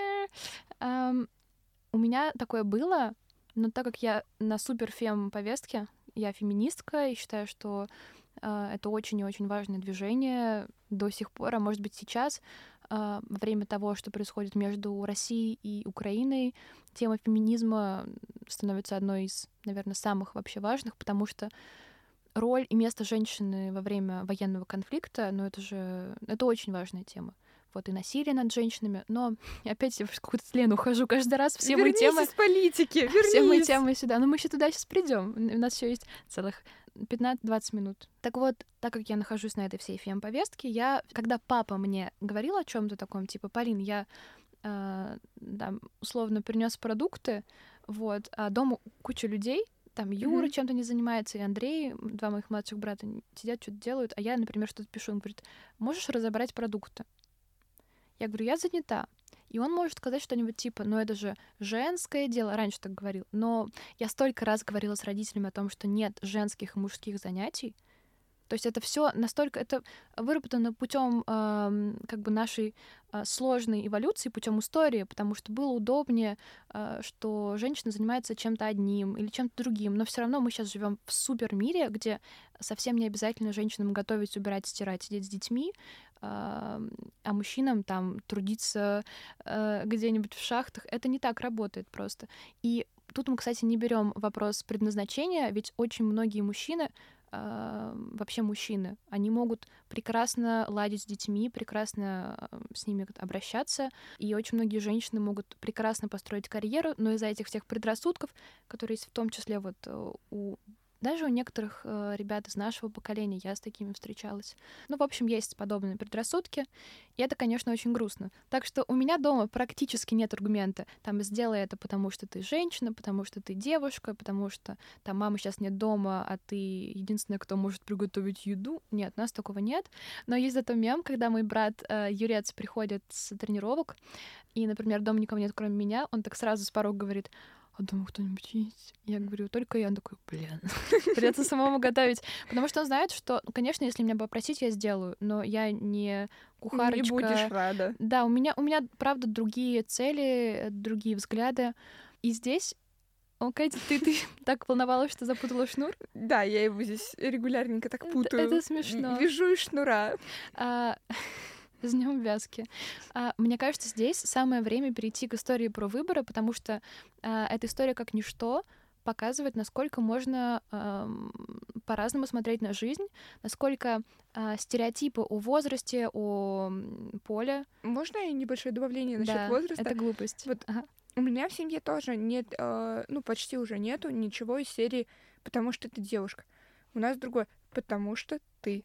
эм, у меня такое было, но так как я на суперфем-повестке, я феминистка и считаю, что э, это очень и очень важное движение до сих пор, а может быть сейчас, э, во время того, что происходит между Россией и Украиной, тема феминизма становится одной из, наверное, самых вообще важных, потому что роль и место женщины во время военного конфликта, ну это же, это очень важная тема. Вот и насилие над женщинами, но опять я в какую-то тлен ухожу каждый раз. Все вернись мои темы... из политики, вернись! Все мои темы сюда. Но мы еще туда сейчас придем. У нас еще есть целых пятнадцать-двадцать минут. Так вот, так как я нахожусь на этой всей фем-повестке, я, когда папа мне говорил о чем-то таком, типа, Полин, я э, там, условно принес продукты, вот, а дома куча людей, там Юра mm-hmm. чем-то не занимается, и Андрей, два моих младших брата, сидят, что-то делают, а я, например, что-то пишу. Он говорит, можешь разобрать продукты? Я говорю, я занята. И он может сказать что-нибудь типа, ну это же женское дело, раньше так говорил. Но я столько раз говорила с родителями о том, что нет женских и мужских занятий. То есть это все настолько, это выработано путем э, как бы нашей э, сложной эволюции, путем истории, потому что было удобнее, э, что женщина занимается чем-то одним или чем-то другим. Но все равно мы сейчас живем в супер мире, где совсем не обязательно женщинам готовить, убирать, стирать, сидеть с детьми, э, а мужчинам там трудиться э, где-нибудь в шахтах. Это не так работает просто. И тут мы, кстати, не берем вопрос предназначения, ведь очень многие мужчины вообще мужчины, они могут прекрасно ладить с детьми, прекрасно с ними обращаться, и очень многие женщины могут прекрасно построить карьеру, но из-за этих всех предрассудков, которые есть в том числе вот у даже у некоторых э, ребят из нашего поколения, я с такими встречалась. Ну, в общем, есть подобные предрассудки, и это, конечно, очень грустно. Так что у меня дома практически нет аргумента, там, сделай это, потому что ты женщина, потому что ты девушка, потому что там мамы сейчас нет дома, а ты единственная, кто может приготовить еду. Нет, у нас такого нет. Но есть зато мем, когда мой брат э, Юрец приходит с тренировок, и, например, дома никого нет, кроме меня, он так сразу с порога говорит: а дома кто-нибудь есть? Я говорю, только я. Он такой, блин, придется самому готовить. Потому что он знает, что, ну, конечно, если меня попросить, я сделаю, но я не кухарочка. Не будешь рада. Да, у меня, у меня, правда, другие цели, другие взгляды. И здесь... О, Катя, ты, ты так волновалась, что запутала шнур? Да, я его здесь регулярненько так путаю. Это, это смешно. Вяжу из шнура. А... С днем вязки. А, мне кажется, здесь самое время перейти к истории про выборы, потому что а, эта история как ничто показывает, насколько можно а, по-разному смотреть на жизнь, насколько а, стереотипы о возрасте, о поле. Можно небольшое добавление насчет да, возраста? Это глупость. Вот ага. У меня в семье тоже нет, э, ну почти уже нету ничего из серии, потому что ты девушка. У нас другое, потому что ты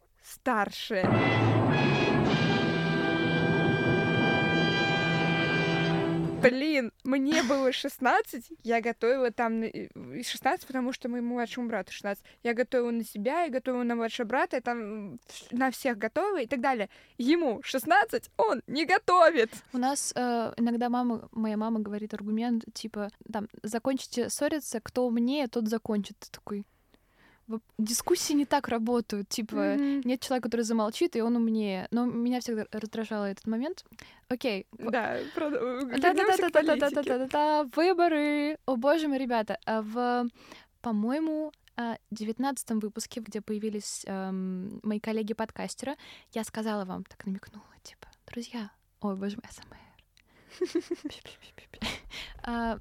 старшая. Блин, мне было шестнадцать, я готовила там... на- э, шестнадцать, потому что моему младшему брату шестнадцать. Я готовила на себя, я готовила на младшего брата, я там вс- на всех готовила и так далее. Ему шестнадцать, он не готовит. У нас э, иногда мама, моя мама говорит аргумент, типа, там, закончите ссориться, кто умнее, тот закончит. Ты такой... Во- Дискуссии не так работают. Типа, Мгм. нет человека, который замолчит, и он умнее. Но меня всегда раздражал этот момент. Окей. Да, прод- э, вернёмся к политике. Да-да-да-да-да-да-да-да, выборы. О, боже мой, ребята. а В, по-моему, а, девятнадцатом выпуске, где появились эм, мои коллеги-подкастеры, я сказала вам, так намекнула, типа, друзья, ой, боже мой, АСМР. А,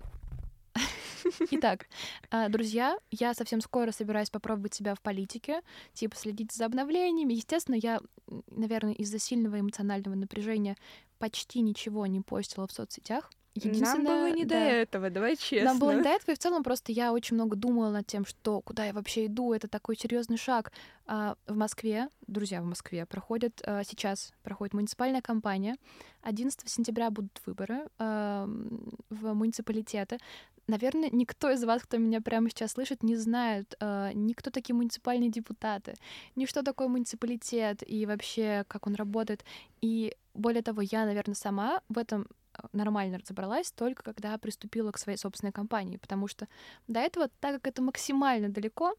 Итак, а, друзья, я совсем скоро собираюсь попробовать себя в политике, типа следить за обновлениями. Естественно, я, м, наверное, из-за сильного эмоционального напряжения почти ничего не постила в соцсетях. Нам было не до да, этого, давай честно. нам было не до этого, и в целом просто я очень много думала над тем, что куда я вообще иду, это такой серьезный шаг. А, в Москве, друзья, в Москве проходит а, сейчас проходит муниципальная кампания. одиннадцатого сентября будут выборы а, м, в муниципалитеты. Наверное, никто из вас, кто меня прямо сейчас слышит, не знает а, ни кто такие муниципальные депутаты, ни что такое муниципалитет и вообще как он работает. И более того, я, наверное, сама в этом а, нормально разобралась только когда приступила к своей собственной кампании, потому что до этого, так как это максимально далеко,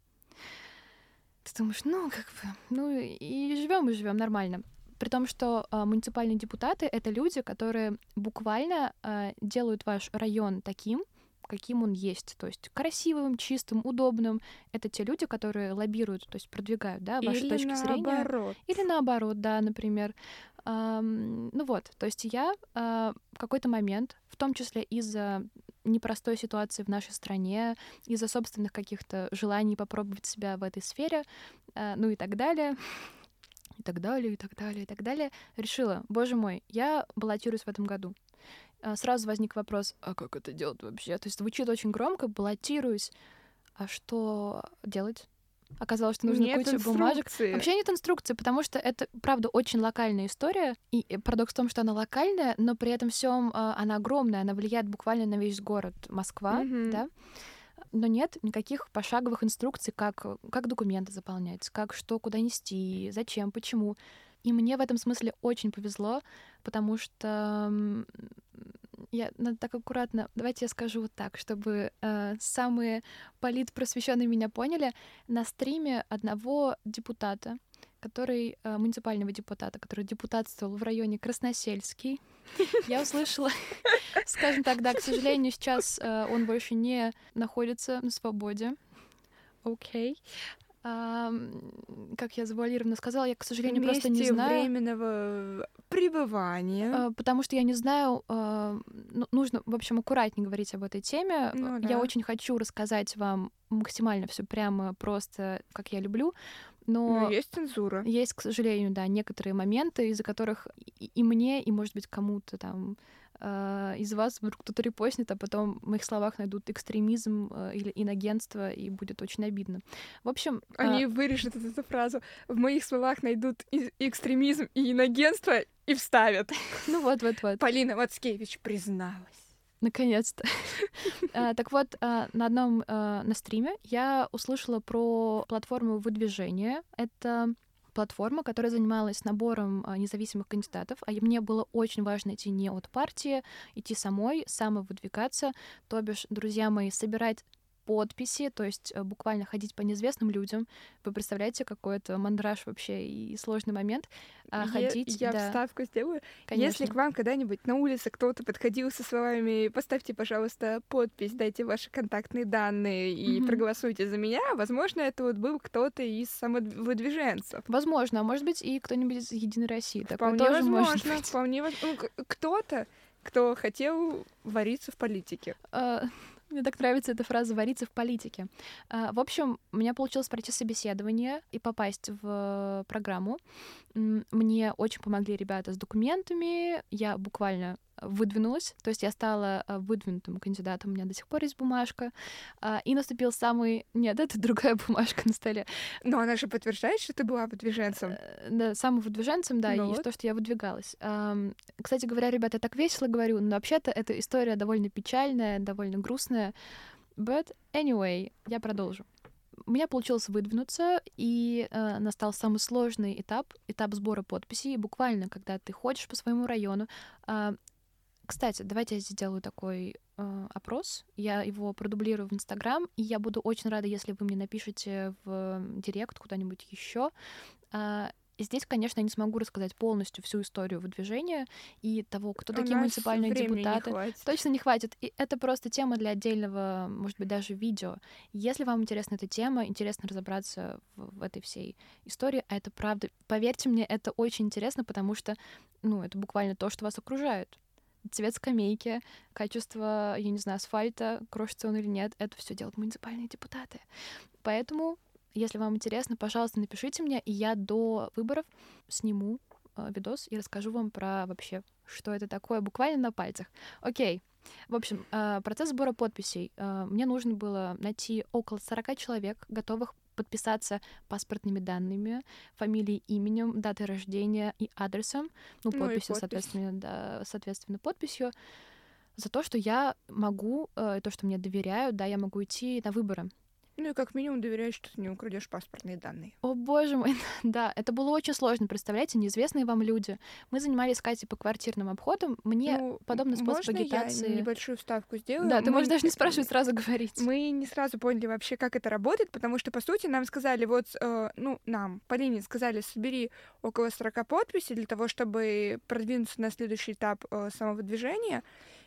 ты думаешь, ну, как бы, ну, и живем и живем нормально. При том, что а, муниципальные депутаты — это люди, которые буквально а, делают ваш район таким, каким он есть, то есть красивым, чистым, удобным. Это те люди, которые лоббируют, то есть продвигают, да, ваши Или точки зрения. наоборот. Или наоборот, да, например. Ам, ну вот, то есть я а, в какой-то момент, в том числе из-за непростой ситуации в нашей стране, из-за собственных каких-то желаний попробовать себя в этой сфере, а, ну и так далее, и так далее, и так далее, и так далее, решила, боже мой, я баллотируюсь в этом году. А, Сразу возник вопрос, а как это делать вообще? То есть звучит очень громко, баллотируюсь, а что делать? Оказалось, что нужно Нет кучу бумажек. инструкции. Вообще нет инструкции, потому что это, правда, очень локальная история. И э, парадокс в том, что она локальная, но при этом всем она огромная, она влияет буквально на весь город Москва, Мгм. да. Но нет никаких пошаговых инструкций, как, как документы заполнять, как что, куда нести, зачем, почему. И мне в этом смысле очень повезло, потому что м, я надо так аккуратно. Давайте я скажу вот так, чтобы э, самые политпросвещенные меня поняли. На стриме одного депутата, который э, муниципального депутата, который депутатствовал в районе Красносельский, я услышала, скажем так, да, к сожалению, сейчас э, он больше не находится на свободе. Окей. Ам, как я завуалированно сказала, я, к сожалению, просто не Месте знаю. временного пребывания. Э, Потому что я не знаю, э, ну, нужно, в общем, аккуратнее говорить об этой теме. Ну Э, да. Я очень хочу рассказать вам максимально все прямо, просто, как я люблю, Но но есть цензура. есть, к сожалению, да, некоторые моменты, из-за которых и, и мне, и, может быть, кому-то там э, из вас вдруг кто-то репостнет, а потом в моих словах найдут экстремизм э, или инагентство, и будет очень обидно. В общем... э, Они вырежут эту фразу. В моих словах найдут и- экстремизм и инагентство и вставят. ну вот-вот-вот. Полина Вацкевич призналась. Наконец-то. А, Так вот, а, на одном а, на стриме я услышала про платформу выдвижения. Это платформа, которая занималась набором а, независимых кандидатов, а мне было очень важно идти не от партии, идти самой, самовыдвигаться, то бишь, друзья мои, собирать подписи, то есть э, буквально ходить по неизвестным людям. Вы представляете, какой это мандраж вообще и сложный момент. А Е- ходить, Я да, вставку сделаю. конечно. Если к вам когда-нибудь на улице кто-то подходил со словами «поставьте, пожалуйста, подпись, дайте ваши контактные данные и Мгм. проголосуйте за меня», возможно, это вот был кто-то из самовыдвиженцев. Возможно, а может быть и кто-нибудь из Единой России. Такое Вполне тоже может возможно. быть. Вполне воз- ну, к- кто-то, кто хотел вариться в политике. А, Мне так нравится эта фраза «вариться в политике». А, В общем, у меня получилось пройти собеседование и попасть в программу. М, Мне очень помогли ребята с документами. Я буквально выдвинулась, то есть я стала а, выдвинутым кандидатом, у меня до сих пор есть бумажка, а, и наступил самый... Нет, это другая бумажка на столе. Но она же подтверждает, что ты была выдвиженцем. Э, Да, самым выдвиженцем, да, Ну и вот. то, что я выдвигалась. Ам, Кстати говоря, ребята, я так весело говорю, но вообще-то эта история довольно печальная, довольно грустная. But anyway, я продолжу. У меня получилось выдвинуться, и э, настал самый сложный этап, этап сбора подписей. И буквально, когда ты ходишь по своему району. А, кстати, давайте я сделаю такой э, опрос. Я его продублирую в Инстаграм, и я буду очень рада, если вы мне напишите в директ куда-нибудь еще. Здесь, конечно, я не смогу рассказать полностью всю историю выдвижения и того, кто У такие нас муниципальные времени не депутаты. хватит. Точно не хватит. И это просто тема для отдельного, может быть, даже видео. Если вам интересна эта тема, интересно разобраться в, в этой всей истории, а это правда, поверьте мне, это очень интересно, потому что, ну, это буквально то, что вас окружает. Цвет скамейки, качество, я не знаю, асфальта, крошится он или нет, это все делают муниципальные депутаты. Поэтому, если вам интересно, пожалуйста, напишите мне, и я до выборов сниму э, видос и расскажу вам про вообще, что это такое, буквально на пальцах. Окей. В общем, э, процесс сбора подписей. Э, мне нужно было найти около сорок человек, готовых подписаться паспортными данными, фамилией, именем, датой рождения и адресом, ну, Ну и подписью, подпись. соответственно, да, соответственно, подписью, за то, что я могу, э, то, что мне доверяют, да, я могу идти на выборы. Ну и как минимум доверяешь, что ты не украдешь паспортные данные. О, боже мой, да, это было очень сложно, представляете, неизвестные вам люди. Мы занимались с Катей по квартирным обходам, мне Ну, подобный способ можно агитации... я небольшую вставку сделаю? Да, ты Мы- можешь даже не спрашивать, сразу говорить. Мы не сразу поняли вообще, как это работает, потому что, по сути, нам сказали, вот, э, ну, нам, Полине сказали, собери около сорок подписей для того, чтобы продвинуться на следующий этап э, самовыдвижения.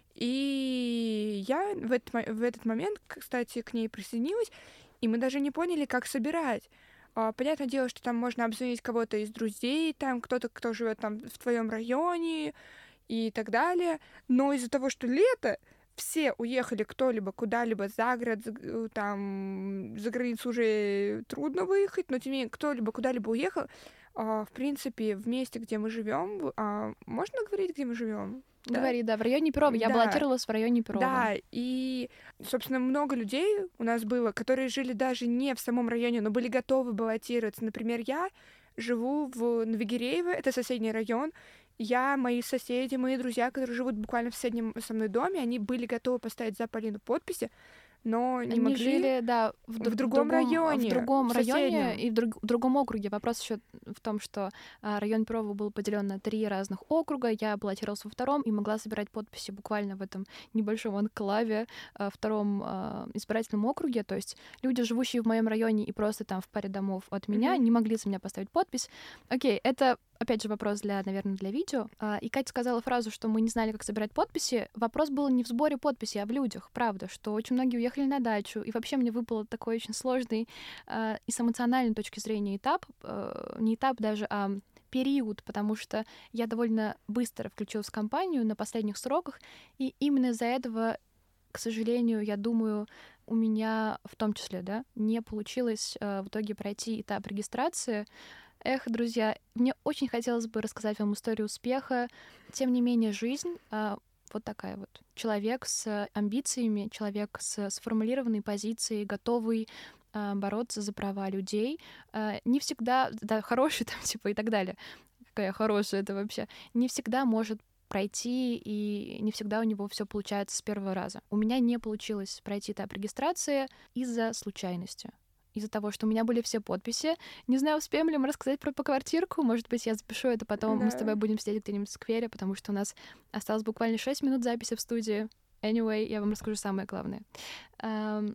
И я в этот, мо- в этот момент, кстати, к ней присоединилась, и мы даже не поняли, как собирать. А, Понятное дело, что там можно обзвонить кого-то из друзей, там кто-то, кто живет там в твоем районе и так далее. Но из-за того, что лето, все уехали кто-либо куда-либо за город, за, г- там за границу уже трудно выехать, но тем не менее кто-либо куда-либо уехал. А, в принципе, в месте, где мы живем, а, можно говорить, где мы живем? Да? Говори, да, в районе Перова. Я Да. баллотировалась в районе Перова. Да, и, собственно, много людей у нас было, которые жили даже не в самом районе, но были готовы баллотироваться. Например, я живу в Новогиреево, это соседний район. Я, мои соседи, мои друзья, которые живут буквально в соседнем со мной доме, они были готовы поставить за Полину подписи, но не Они могли. жили, да, в, д- в другом районе, В другом в районе соседнем. и в, друг- в другом округе. Вопрос еще в том, что а, район Перова был поделен на три разных округа. Я баллотировалась во втором и могла собирать подписи буквально в этом небольшом анклаве, а, втором а, избирательном округе. То есть люди, живущие в моем районе и просто там в паре домов от меня, Мгм. не могли за меня поставить подпись. Окей, это опять же вопрос для, наверное, для видео. А, И Катя сказала фразу, что мы не знали, как собирать подписи. Вопрос был не в сборе подписей, а в людях, правда, что очень многие уехали на дачу. И вообще мне выпал такой очень сложный а, и с эмоциональной точки зрения этап, э, не этап даже, а период, потому что я довольно быстро включилась в кампанию на последних сроках, и именно из-за этого, к сожалению, я думаю, у меня в том числе, да, не получилось э, в итоге пройти этап регистрации. Эх, друзья, мне очень хотелось бы рассказать вам историю успеха. Тем не менее, жизнь а, вот такая вот. Человек с амбициями, человек с сформулированной позицией, готовый а, бороться за права людей. А, не всегда, да, хороший там, типа, и так далее. Какая хорошая это вообще. Не всегда может пройти, и не всегда у него все получается с первого раза. У меня не получилось пройти этап регистрации из-за случайности. Из-за того, что у меня были все подписи. Не знаю, успеем ли мы рассказать про поквартирку. Может быть, я запишу это потом. Мы с Да. тобой будем сидеть где-нибудь в сквере, потому что у нас осталось буквально шесть минут записи в студии. Anyway, я вам расскажу самое главное. Эм,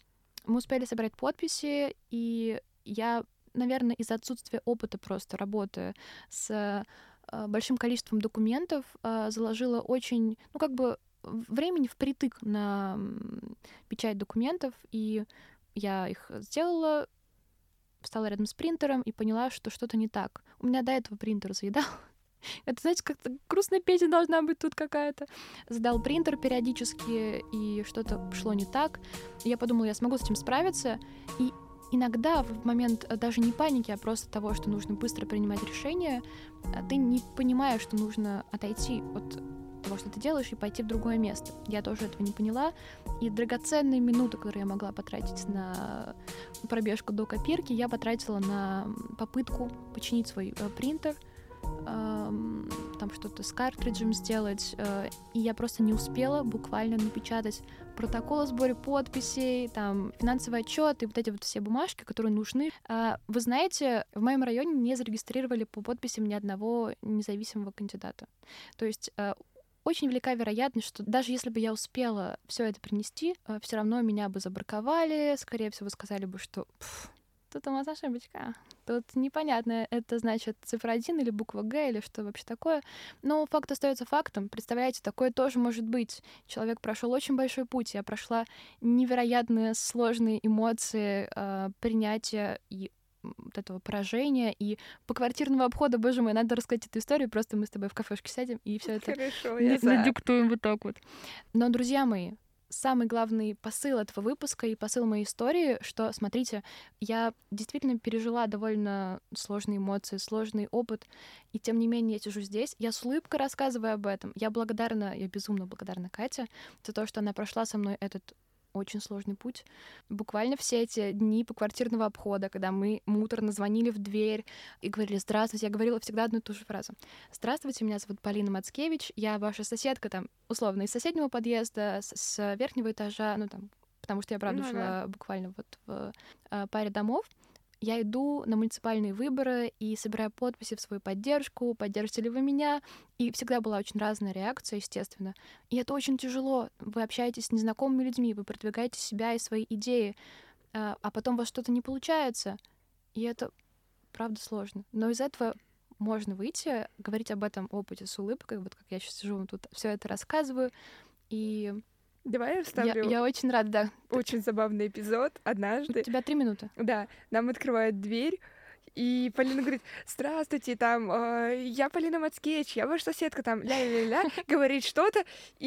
Мы успели собрать подписи, и я, наверное, из-за отсутствия опыта просто работы с э, большим количеством документов э, заложила очень, ну, как бы времени впритык на м, печать документов, и я их сделала, встала рядом с принтером и поняла, что что-то не так. У меня до этого принтер заедал. Это, знаете, как-то грустная песня должна быть тут какая-то. Задал принтер периодически, и что-то шло не так. Я подумала, я смогу с этим справиться. И иногда в момент даже не паники, а просто того, что нужно быстро принимать решение, ты не понимаешь, что нужно отойти от того, что ты делаешь, и пойти в другое место. Я тоже этого не поняла. И драгоценные минуты, которые я могла потратить на пробежку до копирки, я потратила на попытку починить свой э, принтер, эм, там что-то с картриджем сделать, э, и я просто не успела буквально напечатать протокол о сборе подписей, там, финансовый отчет и вот эти вот все бумажки, которые нужны. А, вы знаете, в моем районе не зарегистрировали по подписям ни одного независимого кандидата. То есть э, очень велика вероятность, что даже если бы я успела все это принести, э, все равно меня бы забраковали, скорее всего, сказали бы, что тут у вас ошибочка. Тут непонятно, это значит цифра один или буква Г, или что вообще такое. Но факт остается фактом. Представляете, такое тоже может быть. Человек прошел очень большой путь. Я прошла невероятно сложные эмоции э, принятия и вот этого поражения и поквартирного обхода. Боже мой, надо рассказать эту историю, просто мы с тобой в кафешке сядем и все это Хорошо, я за. надиктуем вот так вот. Но, друзья мои, самый главный посыл этого выпуска и посыл моей истории, что, смотрите, я действительно пережила довольно сложные эмоции, сложный опыт, и тем не менее я сижу здесь, я с улыбкой рассказываю об этом. Я благодарна, я безумно благодарна Кате за то, что она прошла со мной этот очень сложный путь. Буквально все эти дни поквартирного обхода, когда мы муторно звонили в дверь и говорили «Здравствуйте», я говорила всегда одну и ту же фразу. «Здравствуйте, меня зовут Полина Мацкевич, я ваша соседка, там, условно, из соседнего подъезда, с, с верхнего этажа, ну, там, потому что я, правда, Ну жила да. буквально вот в э, паре домов. Я иду на муниципальные выборы и собираю подписи в свою поддержку, поддержите ли вы меня?» И всегда была очень разная реакция, естественно. И это очень тяжело. Вы общаетесь с незнакомыми людьми, вы продвигаете себя и свои идеи, а а потом у вас что-то не получается. И это, правда, сложно. Но из этого можно выйти, говорить об этом опыте с улыбкой, вот как я сейчас сижу, тут все это рассказываю. И Давай я я, вставлю я очень рада, да. очень забавный эпизод. У Однажды, тебя три минуты. да, нам открывают дверь, и Полина говорит: «Здравствуйте, там, э, я Полина Мацкевич, я ваша соседка», там, ля-ля-ля, говорит что-то,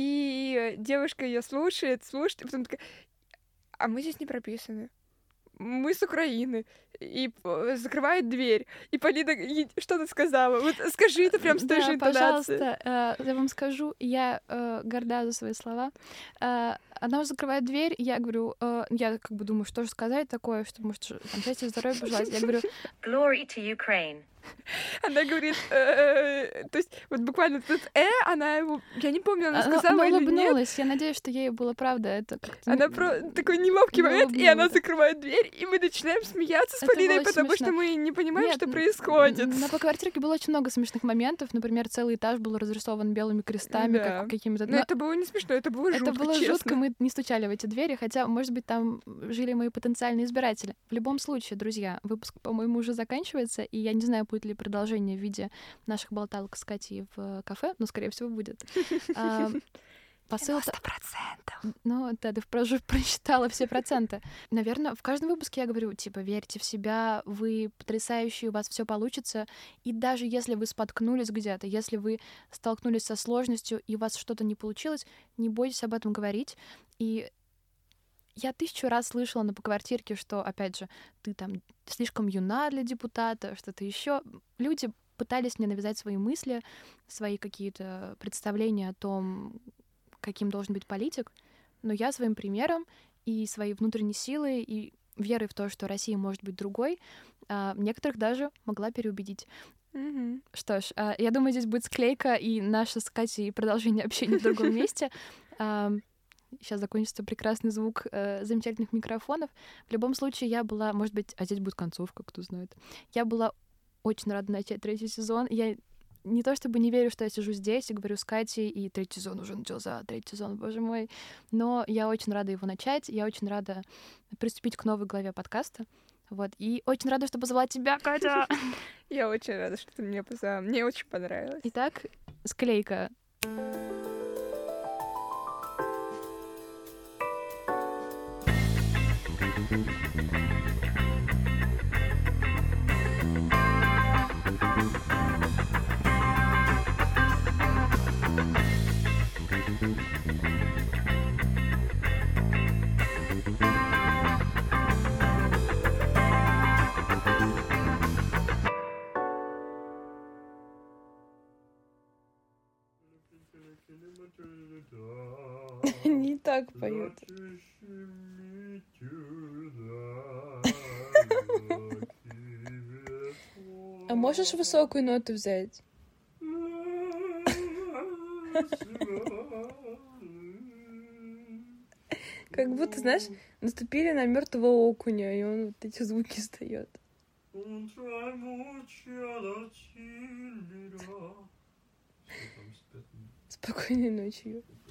и девушка ее слушает, слушает, и потом такая: «А мы здесь не прописаны. Мы с Украины». И э, закрывает дверь. И Полина ей что-то сказала. Вот скажи это прям с той Да, же интонацией. пожалуйста, э, я вам скажу, я э, горда за свои слова. Э, она уже закрывает дверь, и я говорю, э, я как бы думаю, что же сказать такое, что, может, ш- там, счастья, здоровья пожелать. Я говорю, Glory to Ukraine. Она говорит, э, то есть вот буквально тут «э», она его, я не помню, она она, сказала она или нет. улыбнулась. Я надеюсь, что ей было правда. Это как-то Она не- про такой неловкий не момент, и она улыбнулась. закрывает дверь, и мы начинаем смеяться с Это Полиной, было потому смешно. что мы не понимаем, Нет, что н- происходит. На поквартирке было очень много смешных моментов. Например, целый этаж был разрисован белыми крестами, Да. как какими-то... Но но это было не смешно, это было жутко, это было честно. жутко, мы не стучали в эти двери, хотя, может быть, там жили мои потенциальные избиратели. В любом случае, друзья, выпуск, по-моему, уже заканчивается, и я не знаю, будет ли продолжение в виде наших болталок с Катей в кафе, но, скорее всего, будет. А, Посыл... девяносто процентов. Ну, да, ты уже просчитала все проценты. Наверное, в каждом выпуске я говорю, типа, верьте в себя, вы потрясающие, у вас все получится. И даже если вы споткнулись где-то, если вы столкнулись со сложностью, и у вас что-то не получилось, не бойтесь об этом говорить. И я тысячу раз слышала на поквартирке, что, опять же, ты там слишком юна для депутата, что-то еще. Люди пытались мне навязать свои мысли, свои какие-то представления о том, каким должен быть политик, но я своим примером и своей внутренней силой и верой в то, что Россия может быть другой, а, некоторых даже могла переубедить. Мгм. Что ж, а, я думаю, здесь будет склейка и наша с Катей продолжение общения в другом месте. Сейчас закончится прекрасный звук э, замечательных микрофонов. В любом случае, я была, может быть, а здесь будет концовка, кто знает. Я была очень рада начать третий сезон. Я не то чтобы не верю, что я сижу здесь и говорю с Катей, и третий сезон уже начался, третий сезон, боже мой. Но я очень рада его начать, я очень рада приступить к новой главе подкаста. Вот. И очень рада, что позвала тебя, Катя. Я очень рада, что ты меня позвала. Мне очень понравилось. Итак, склейка. Не так поют. А можешь высокую ноту взять? Как будто, знаешь, наступили на мертвого окуня, и он вот эти звуки издает. Спокойной ночи.